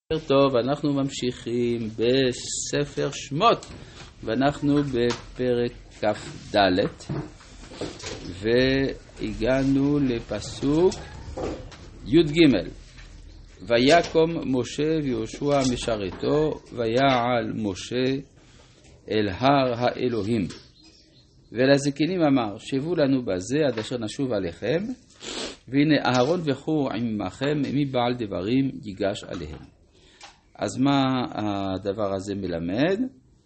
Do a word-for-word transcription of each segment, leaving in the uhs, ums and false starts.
טוב, אנחנו ממשיכים בספר שמות ואנחנו בפרק כ"ד והגענו לפסוק י"ג. ויקום משה ויהושע משרתו ויעל משה אל הר האלוהים ולזקנים אמר שבו לנו בזה עד אשר נשוב עליכם והנה אהרון וחור עמכם מבעל דברים ייגש עליהם. אז מה הדבר הזה מלמד?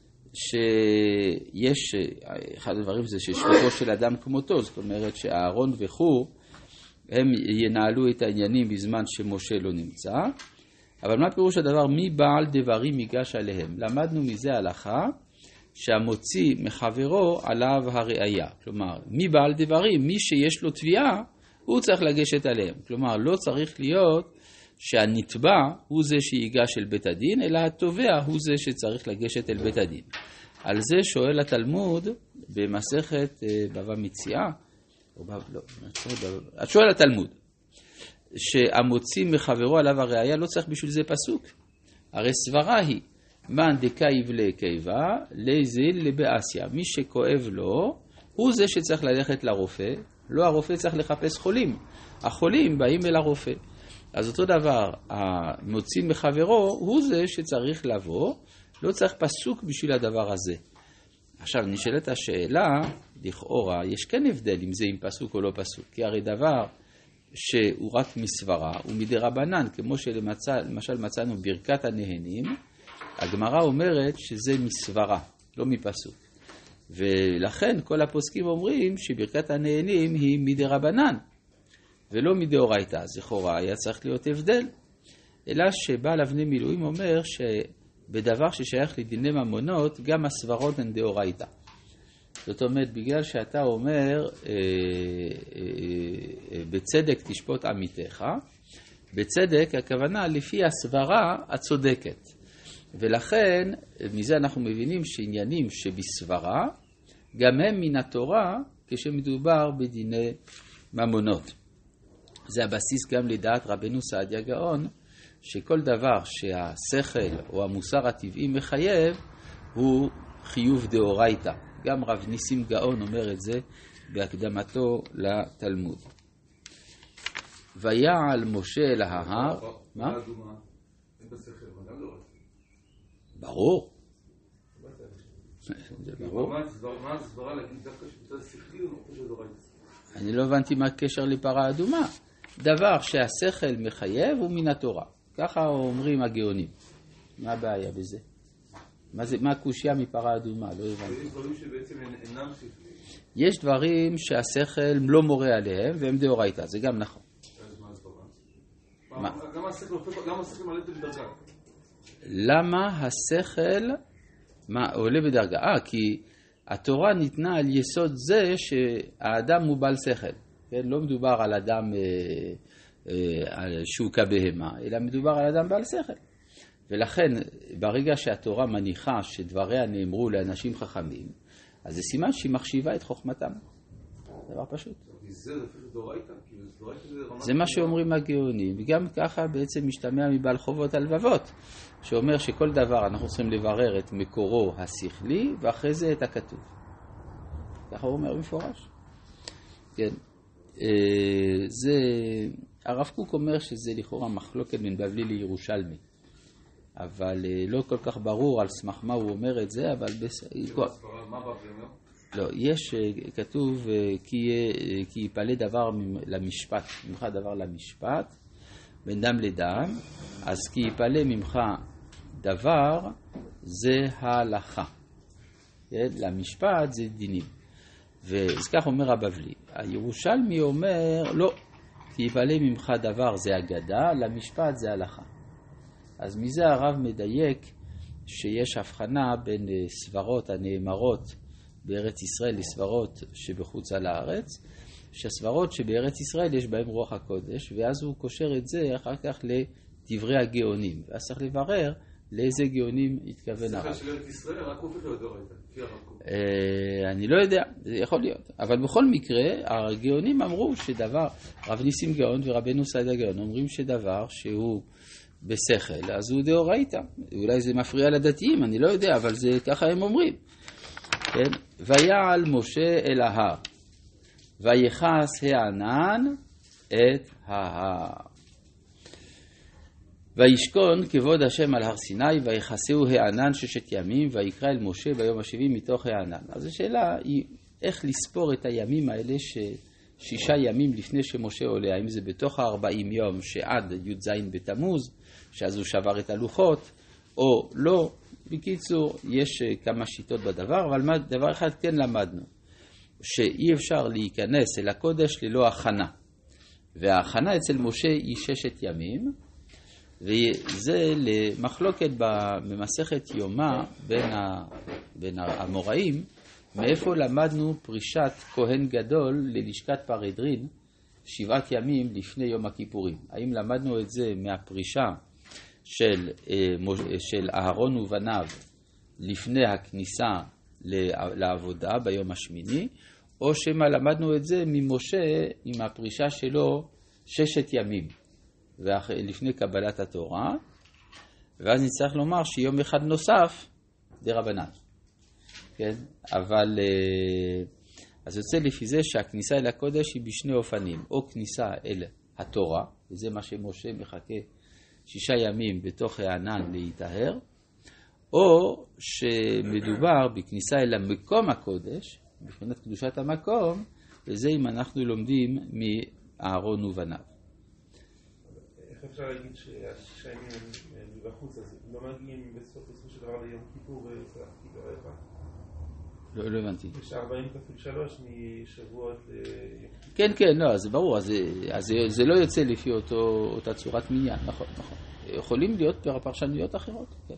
שיש, אחד הדברים זה ששבטו של אדם כמותו, זאת אומרת שאהרון וחור הם ינהלו את העניינים בזמן שמשה לא נמצא. אבל מה פירוש הדבר? מי בעל דברים ייגש עליהם? למדנו מזה הלכה שהמוציא מחברו עליו הראיה. כלומר, מי בעל דברים? מי שיש לו תביעה הוא צריך לגשת עליהם. כלומר, לא צריך להיות שהנתבע הוא זה שיגש אל בית הדין, אלא התובע הוא זה שצריך לגשת אל בית הדין. על זה שואל התלמוד במסכת בבא מציעא, או בבא, לא, שואל התלמוד, שהמוציא מחברו עליו הראיה לא צריך בשביל זה פסוק. הרי סברה היא, מן דקאיב לקייבה, לזיל לבאסיה. מי שכואב לו, הוא זה שצריך ללכת לרופא, לא הרופא צריך לחפש חולים. החולים באים אל הרופא. אז אותו דבר, המוציא מחברו הוא זה שצריך לבוא, לא צריך פסוק בשביל הדבר הזה. עכשיו נשאלת השאלה, לכאורה, יש כן הבדל אם זה עם פסוק או לא פסוק, כי הרי דבר שהוא רק מסברה, הוא מדי רבנן, כמו שלמשל מצאנו ברכת הנהנים, הגמרא אומרת שזה מסברה, לא מפסוק. ולכן כל הפוסקים אומרים שברכת הנהנים היא מדי רבנן, ולא מדאורייתא. אז לכאורה היה צריך להיות הבדל. אלא שבעל אבני מילואים אומר שבדבר ששייך לדיני ממונות, גם הסברות הן דאורייתא. זאת אומרת, בגלל שאתה אומר, אה, אה, בצדק תשפוט עמיתך, בצדק הכוונה לפי הסברה הצודקת. ולכן, מזה אנחנו מבינים שעניינים שבסברה, גם הם מן התורה כשמדובר בדיני ממונות. זה הבסיס גם לדעת רבנו סעדיה גאון, שכל דבר שהשכל או המוסר הטבעי מחייב, הוא חיוב דאורייתא. גם רב ניסים גאון אומר את זה בהקדמתו לתלמוד. ויעל משה אל ההר. מה? ברור. זה ברור. מה הסברה להגיד דווקא שבצד שכלי הוא נוכל דאורייתא? אני לא הבנתי מה הקשר לפרה אדומה. דבר שהשכל מחייב הוא מן התורה. ככה אומרים הגאונים. מה הבעיה בזה? מה זה, מה הקושיה מפרה אדומה? לא הבנתי. יש דברים שבעצם אינם שכליים. יש דברים שהשכל לא מורה עליהם והם דאורייתא. זה גם נכון. אז מה הסברה? למה השכל מעלה בדרגה? למה השכל עולה בדרגה? אה, כי התורה ניתנה על יסוד זה שהאדם הוא בעל שכל. כן? לא מדובר על אדם אה, אה, שהוא כבהמה, אלא מדובר על אדם בעל שכל. ולכן, ברגע שהתורה מניחה שדבריה נאמרו לאנשים חכמים, אז זה סימן שהיא מחשיבה את חוכמתם. דבר פשוט. זה מה שאומרים הגאונים, וגם ככה בעצם משתמע מבעל חובות הלבבות, שאומר שכל דבר אנחנו צריכים לברר את מקורו השכלי, ואחרי זה את הכתוב. ככה הוא אומר מפורש. כן. זה, הרב קוק אומר שזה לכאורה מחלוקת בין בבלי לירושלמי. אבל לא כל כך ברור על סמך מה הוא אומר את זה, אבל בסדר. מה בבלי אומר? לא, יש, כתוב, כי, כי יפעלה דבר למשפט, ממך דבר למשפט, בין דם לדם, אז כי יפעלה ממך דבר, זה ההלכה. למשפט זה דינים. ואז כך אומר הבבלי. הירושלמי אומר, לא, כי יפעלה ממך דבר זה אגדה, למשפט זה הלכה. אז מזה הרב מדייק שיש הבחנה בין סברות הנאמרות בארץ ישראל לסברות שבחוץ על הארץ, שהסברות שבארץ ישראל יש בהם רוח הקודש, ואז הוא קושר את זה אחר כך לדברי הגאונים. ואז צריך לברר לאיזה גאונים התכוון הרב. ספר של ארץ ישראל רק הופך להיות דאורייתא. אני לא יודע, זה יכול להיות. אבל בכל מקרה, הגאונים אמרו שדבר, רב ניסים גאון ורבנו סעדיה גאון אומרים שדבר שהוא בשכל, אז הוא דאורייתא. אולי זה מפריע לדתיים, אני לא יודע, אבל זה ככה הם אומרים. כן? ויעל משה אל ההר, ויכס הענן את ההר. וישכון כבוד השם על הר סיני, ויכסהו הענן ששת ימים, ויקרא אל משה ביום השבעים מתוך הענן. אז השאלה היא איך לספור את הימים האלה ששישה ימים לפני שמשה עולה, האם זה בתוך הארבעים יום שעד י"ז בתמוז, שאז הוא שבר את הלוחות, או לא. בקיצור, יש כמה שיטות בדבר, אבל דבר אחד כן למדנו, שאי אפשר להיכנס אל הקודש ללא הכנה. וההכנה אצל משה היא ששת ימים, וזה למחלוקת במסכת יומא בין, ה, בין האמוראים, מאיפה למדנו פרישת כהן גדול ללשכת פרדרין שבעת ימים לפני יום הכיפורים. האם למדנו את זה מהפרישה של, של אהרון ובניו לפני הכניסה לעבודה ביום השמיני, או שמה למדנו את זה ממשה עם הפרישה שלו ששת ימים לפני קבלת התורה, ואז נצטרך לומר שיום אחד נוסף דרבנן. כן? אבל אז יוצא לפי זה שהכניסה אל הקודש היא בשני אופנים, או כניסה אל התורה, וזה מה שמשה מחכה שישה ימים בתוך הענן להיטהר, או שמדובר בכניסה אל המקום הקודש, מבחינת קדושת המקום, וזה אם אנחנו לומדים מאהרון ובניו. איך אפשר להגיד שהשישה ימים הם מבחוץ, אז לא מגיעים בסוף של דבר ליום כיפור וסלחתי גרעך? לא, לא הבנתי. יש ארבעים כפול שלוש משבועות ליום כיפור. כן, כן, לא, זה ברור, אז, אז זה, זה לא יוצא לפי אותו, אותה צורת מניין, נכון, נכון. יכולים להיות פרשנויות אחרות, כן.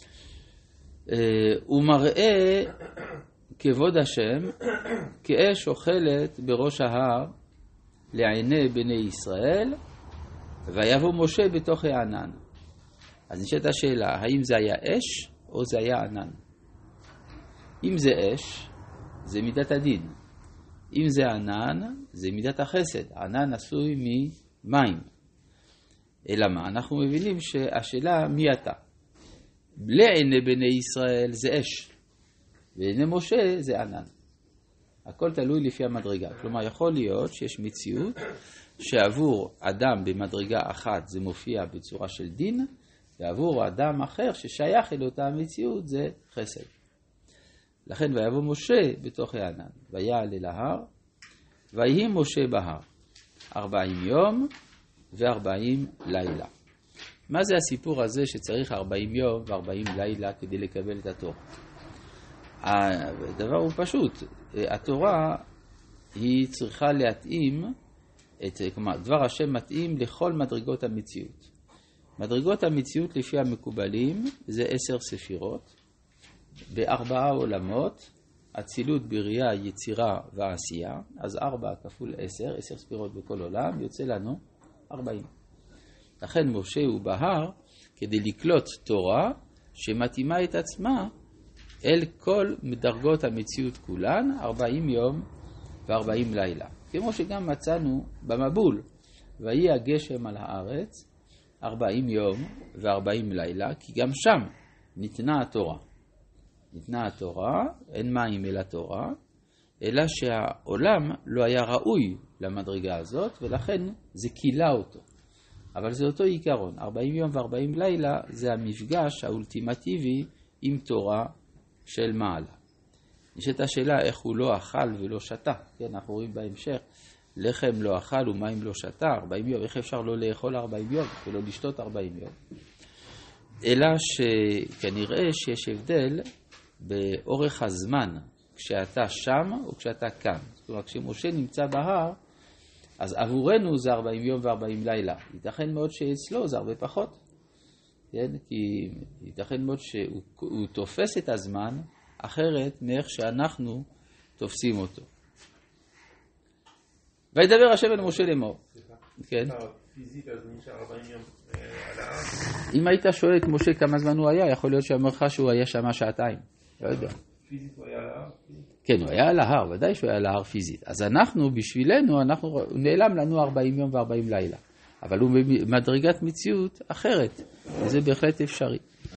הוא מראה כבוד השם כאש אוכלת בראש ההר לעיני בני ישראל, ויבוא משה בתוך הענן. אז נשאלת השאלה, האם זה היה אש או זה היה ענן? אם זה אש, זה מידת הדין. אם זה ענן, זה מידת החסד. ענן עשוי ממים. אלא מה? אנחנו מבינים שהשאלה מי אתה? לעיני בני ישראל זה אש, ולעיני משה זה ענן. הכל תלוי לפי המדרגה. כלומר, יכול להיות שיש מציאות שעבור אדם במדרגה אחת זה מופיע בצורה של דין, ועבור אדם אחר ששייך אל אותה המציאות זה חסד. לכן ויבוא משה בתוך הענן, ויעל אל ההר, ויהי משה בהר ארבעים יום וארבעים לילה. מה זה הסיפור הזה שצריך ארבעים יום וארבעים לילה כדי לקבל את התורה? הדבר הוא פשוט, התורה היא צריכה להתאים, את, כלומר, דבר השם מתאים לכל מדרגות המציאות. מדרגות המציאות לפי המקובלים זה עשר ספירות, בארבעה עולמות, אצילות, בריאה, יצירה ועשייה, אז ארבע כפול עשר, עשר ספירות בכל עולם, יוצא לנו ארבעים. לכן משה הוא בהר כדי לקלוט תורה שמתאימה את עצמה אל כל מדרגות המציאות כולן, ארבעים יום וארבעים לילה. כמו שגם מצאנו במבול, ויהי הגשם על הארץ ארבעים יום וארבעים לילה, כי גם שם ניתנה התורה. ניתנה התורה, אין מים אל התורה, אלא שהעולם לא היה ראוי למדרגה הזאת, ולכן זה קילה אותו. אבל זה אותו עיקרון, ארבעים יום וארבעים לילה זה המפגש האולטימטיבי עם תורה של מעלה. נשאלת השאלה איך הוא לא אכל ולא שתה, כן, אנחנו רואים בהמשך, לחם לא אכל ומים לא שתה, ארבעים יום, איך אפשר לא לאכול ארבעים יום ולא לשתות ארבעים יום? אלא שכנראה שיש הבדל באורך הזמן, כשאתה שם או כשאתה כאן. זאת אומרת, כשמשה נמצא בהר, אז עבורנו זה ארבעים יום וארבעים לילה. ייתכן מאוד שאצלו זה הרבה פחות. כן? כי ייתכן מאוד שהוא תופס את הזמן אחרת מאיך שאנחנו תופסים אותו. וידבר השם אל משה לאמור. כן? פיזית אז נשאר ארבעים יום על ההר. אם היית שואל את משה כמה זמן הוא היה, יכול להיות שאומר לך שהוא היה שם שעתיים. לא יודע. פיזית הוא היה על ההר? כן, הוא היה על ההר, ודאי שהוא היה על ההר פיזית. אז אנחנו, בשבילנו, אנחנו, נעלם לנו ארבעים יום וארבעים לילה. אבל הוא במדרגת מציאות אחרת, וזה בהחלט אפשרי.